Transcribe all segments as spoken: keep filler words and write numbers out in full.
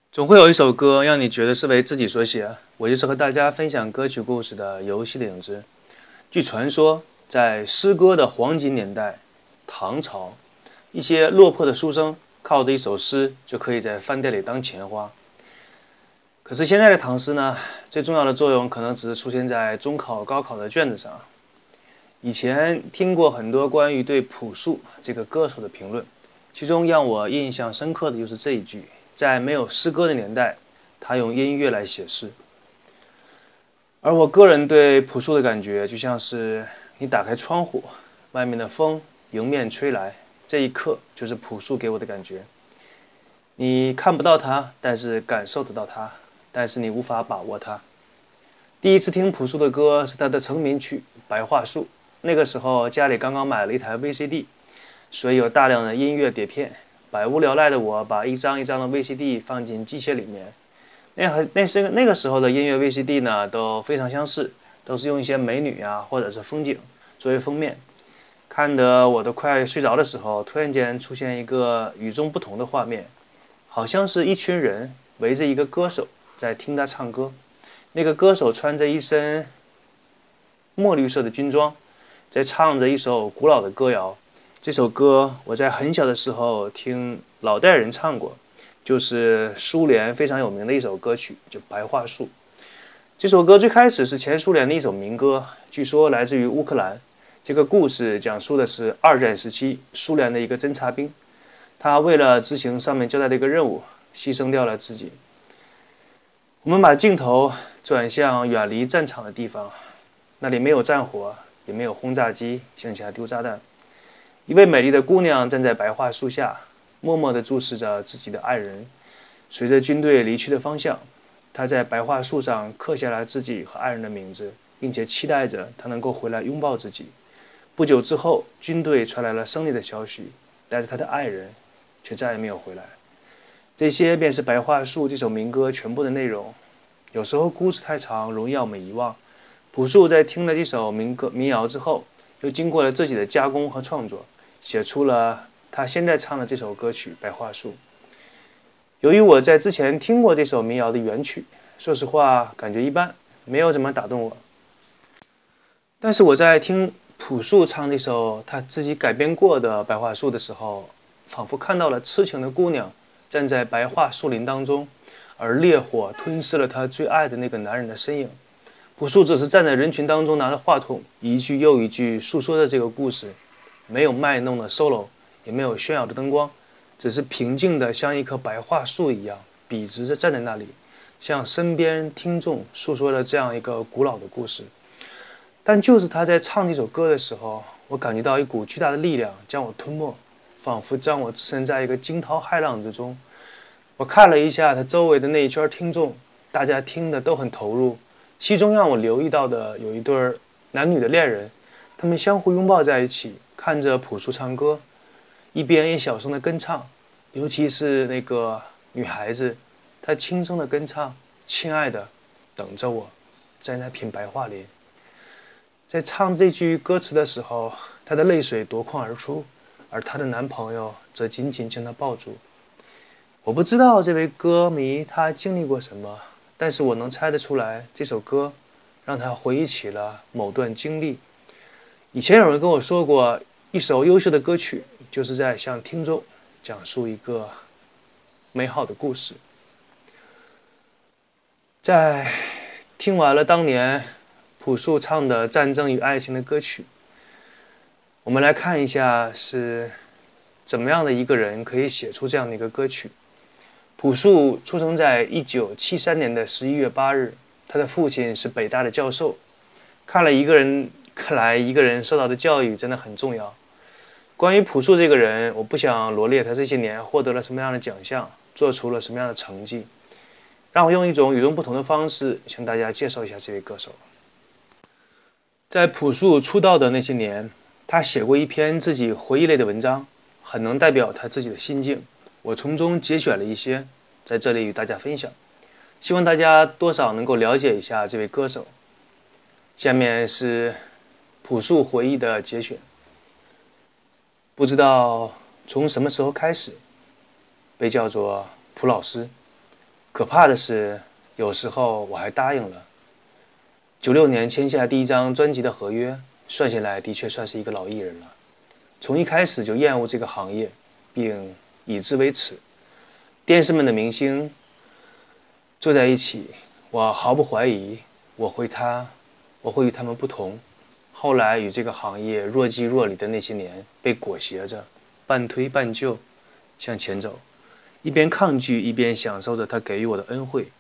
总会有一首歌让你觉得是为自己所写，我就是和大家分享歌曲故事的游戏的影子。据传说，在诗歌的黄金年代，唐朝，一些落魄的书生靠着一首诗就可以在饭店里当钱花。可是现在的唐诗呢，最重要的作用可能只是出现在中考、高考的卷子上。以前听过很多关于对朴树这个歌手的评论，其中让我印象深刻的就是这一句：在没有诗歌的年代，他用音乐来写诗。而我个人对朴树的感觉，就像是你打开窗户，外面的风迎面吹来，这一刻就是朴树给我的感觉。你看不到他，但是感受得到他，但是你无法把握他。第一次听朴树的歌是他的成名曲《白桦树》，那个时候家里刚刚买了一台 V C D， 所以有大量的音乐碟片。百无聊赖的我把一张一张的 V C D 放进机械里面。那那是那个时候的音乐 V C D 呢，都非常相似，都是用一些美女啊或者是风景作为封面。看得我都快睡着的时候，突然间出现一个与众不同的画面，好像是一群人围着一个歌手在听他唱歌。那个歌手穿着一身墨绿色的军装，在唱着一首古老的歌谣。这首歌我在很小的时候听老代人唱过，就是苏联非常有名的一首歌曲，就《白桦树》。这首歌最开始是前苏联的一首民歌，据说来自于乌克兰。这个故事讲述的是二战时期苏联的一个侦察兵，他为了执行上面交代的一个任务，牺牲掉了自己。我们把镜头转向远离战场的地方，那里没有战火，也没有轰炸机向下丢炸弹。一位美丽的姑娘站在白桦树下，默默地注视着自己的爱人。随着军队离去的方向，她在白桦树上刻下了自己和爱人的名字，并且期待着他能够回来拥抱自己。不久之后，军队传来了胜利的消息，但是他的爱人却再也没有回来。这些便是《白桦树》这首民歌全部的内容。有时候故事太长，容易让我们遗忘。朴树在听了这首民歌民谣之后，又经过了自己的加工和创作，写出了他现在唱的这首歌曲《白桦树》。由于我在之前听过这首民谣的原曲，说实话感觉一般，没有怎么打动我。但是我在听朴树唱这首他自己改编过的《白桦树》的时候，仿佛看到了痴情的姑娘站在白桦树林当中，而烈火吞噬了她最爱的那个男人的身影。朴树只是站在人群当中，拿着话筒，一句又一句诉说着这个故事，没有卖弄的 solo， 也没有炫耀的灯光，只是平静的像一棵白桦树一样，笔直着站在那里，向身边听众诉说了这样一个古老的故事。但就是他在唱这首歌的时候，我感觉到一股巨大的力量将我吞没，仿佛将我置身在一个惊涛骇浪之中。我看了一下他周围的那一圈听众，大家听的都很投入，其中让我留意到的有一对男女的恋人，他们相互拥抱在一起，看着朴树唱歌，一边也小声的跟唱，尤其是那个女孩子，她轻声的跟唱：亲爱的，等着我，在那片白桦林。在唱这句歌词的时候，她的泪水夺眶而出，而她的男朋友则紧紧将她抱住。我不知道这位歌迷他经历过什么，但是我能猜得出来，这首歌让他回忆起了某段经历。以前有人跟我说过，一首优秀的歌曲就是在向听众讲述一个美好的故事。在听完了当年朴树唱的战争与爱情的歌曲，我们来看一下是怎么样的一个人可以写出这样的一个歌曲。朴树出生在一九七三年的十一月八日，他的父亲是北大的教授。看了一个人，看来一个人受到的教育真的很重要。关于朴树这个人，我不想罗列他这些年获得了什么样的奖项，做出了什么样的成绩。让我用一种与众不同的方式向大家介绍一下这位歌手。在朴树出道的那些年，他写过一篇自己回忆类的文章，很能代表他自己的心境。我从中节选了一些，在这里与大家分享，希望大家多少能够了解一下这位歌手。下面是朴树回忆的节选。不知道从什么时候开始，被叫做朴老师。 可怕的是，有时候我还答应了。九六年签下第一张专辑的合约，算下来的确算是一个老艺人了。从一开始就厌恶这个行业，并以之为耻。电视们的明星坐在一起，我毫不怀疑，我会他，我会与他们不同。后来与这个行业若即若离的那些年，被裹挟着，半推半就向前走，一边抗拒，一边享受着他给予我的恩惠。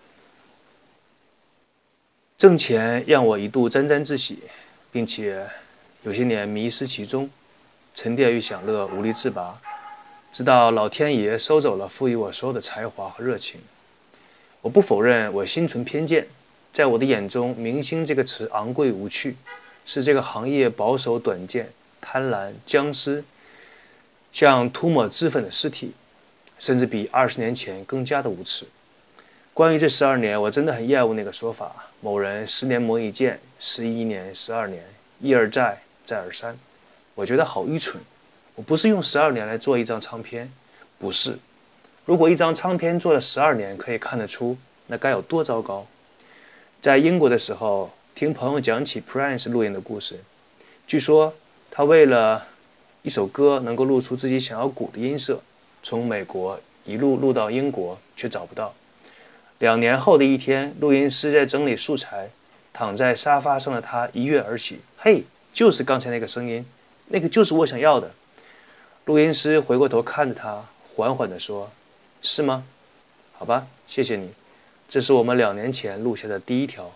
挣钱让我一度沾沾自喜，并且有些年迷失其中，沉淀与享乐无力自拔，直到老天爷收走了赋予我所有的才华和热情。我不否认我心存偏见，在我的眼中，明星这个词昂贵无趣，是这个行业保守短见、贪婪、僵尸，像涂抹脂粉的尸体，甚至比二十年前更加的无耻。关于这十二年，我真的很厌恶那个说法，某人十年磨一剑，十一年、十二年，一而再，再而三。我觉得好愚蠢。我不是用十二年来做一张唱片，不是。如果一张唱片做了十二年，可以看得出那该有多糟糕。在英国的时候，听朋友讲起 Prince 录音的故事，据说他为了一首歌能够录出自己想要鼓的音色，从美国一路录到英国，却找不到。两年后的一天，录音师在整理素材，躺在沙发上的他一跃而起，嘿，就是刚才那个声音，那个就是我想要的。录音师回过头看着他，缓缓地说，是吗？好吧，谢谢你，这是我们两年前录下的第一条。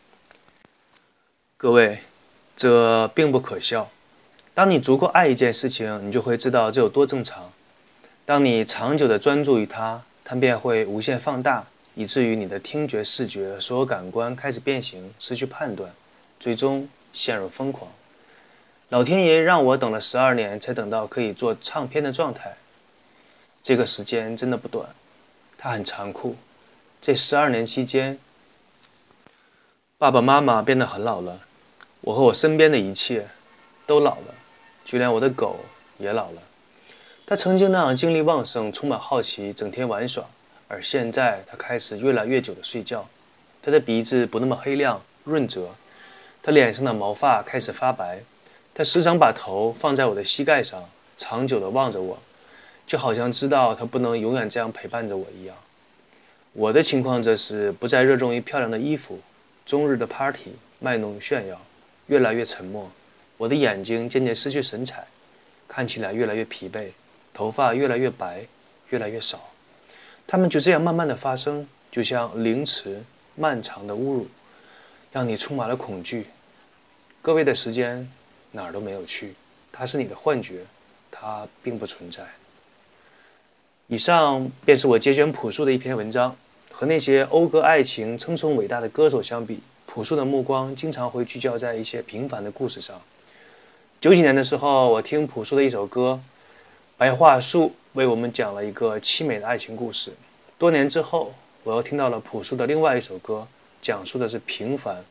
各位，这并不可笑。当你足够爱一件事情，你就会知道这有多正常。当你长久地专注于它，它便会无限放大，以至于你的听觉、视觉所有感官开始变形，失去判断，最终陷入疯狂。老天爷让我等了十二年，才等到可以做唱片的状态。这个时间真的不短，它很残酷。这十二年期间，爸爸妈妈变得很老了，我和我身边的一切都老了，就连我的狗也老了。它曾经那样精力旺盛，充满好奇，整天玩耍。而现在他开始越来越久的睡觉，他的鼻子不那么黑亮润泽，他脸上的毛发开始发白，他时常把头放在我的膝盖上，长久地望着我，就好像知道他不能永远这样陪伴着我一样。我的情况则是不再热衷于漂亮的衣服，终日的 party 卖弄炫耀，越来越沉默，我的眼睛渐渐失去神采，看起来越来越疲惫，头发越来越白，越来越少。他们就这样慢慢的发生，就像凌迟漫长的侮辱，让你充满了恐惧。各位的时间哪儿都没有去，它是你的幻觉，它并不存在。以上便是我节选朴树的一篇文章。和那些讴歌爱情、称颂伟大的歌手相比，朴树的目光经常会聚焦在一些平凡的故事上。九几年的时候，我听朴树的一首歌《白桦树》为我们讲了一个凄美的爱情故事。多年之后，我又听到了朴树的另外一首歌，讲述的是平凡。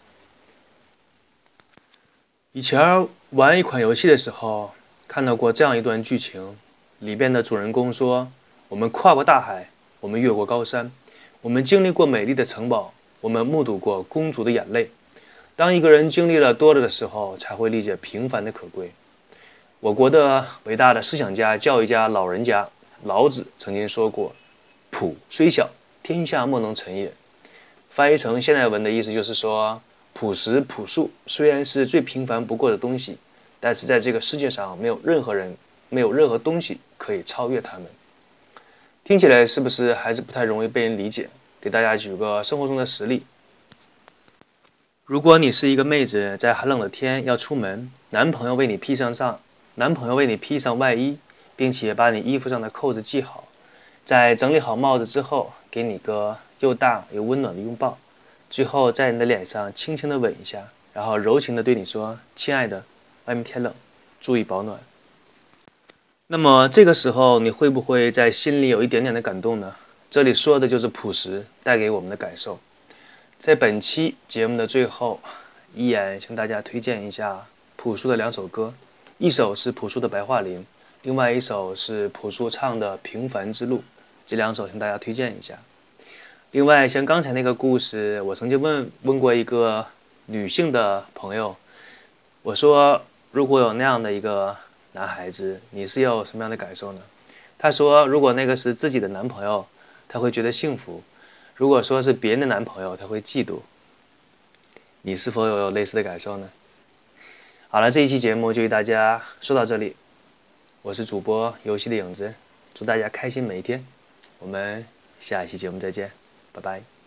以前玩一款游戏的时候，看到过这样一段剧情，里边的主人公说，我们跨过大海，我们越过高山，我们经历过美丽的城堡，我们目睹过公主的眼泪。当一个人经历了多了的时候，才会理解平凡的可贵。我国的伟大的思想家、教育家、老人家老子曾经说过，朴虽小，天下莫能成也。翻译成现代文的意思就是说，朴实朴素虽然是最平凡不过的东西，但是在这个世界上没有任何人没有任何东西可以超越他们。听起来是不是还是不太容易被人理解？给大家举个生活中的实例。如果你是一个妹子，在寒冷的天要出门，男朋友为你披上上男朋友为你披上外衣，并且把你衣服上的扣子系好，在整理好帽子之后，给你个又大又温暖的拥抱，最后在你的脸上轻轻地吻一下，然后柔情地对你说，亲爱的，外面天冷，注意保暖。那么这个时候你会不会在心里有一点点的感动呢？这里说的就是朴实带给我们的感受。在本期节目的最后，依然向大家推荐一下朴树的两首歌，一首是朴树的《白桦林》，另外一首是朴树唱的《平凡之路》，这两首向大家推荐一下。 另外，像刚才那个故事，我曾经问问过一个女性的朋友，我说如果有那样的一个男孩子，你是有什么样的感受呢？她说，如果那个是自己的男朋友，她会觉得幸福；如果说是别人的男朋友，她会嫉妒。你是否有类似的感受呢？好了，这一期节目就与大家说到这里，我是主播游戏的影子，祝大家开心每一天，我们下一期节目再见，拜拜。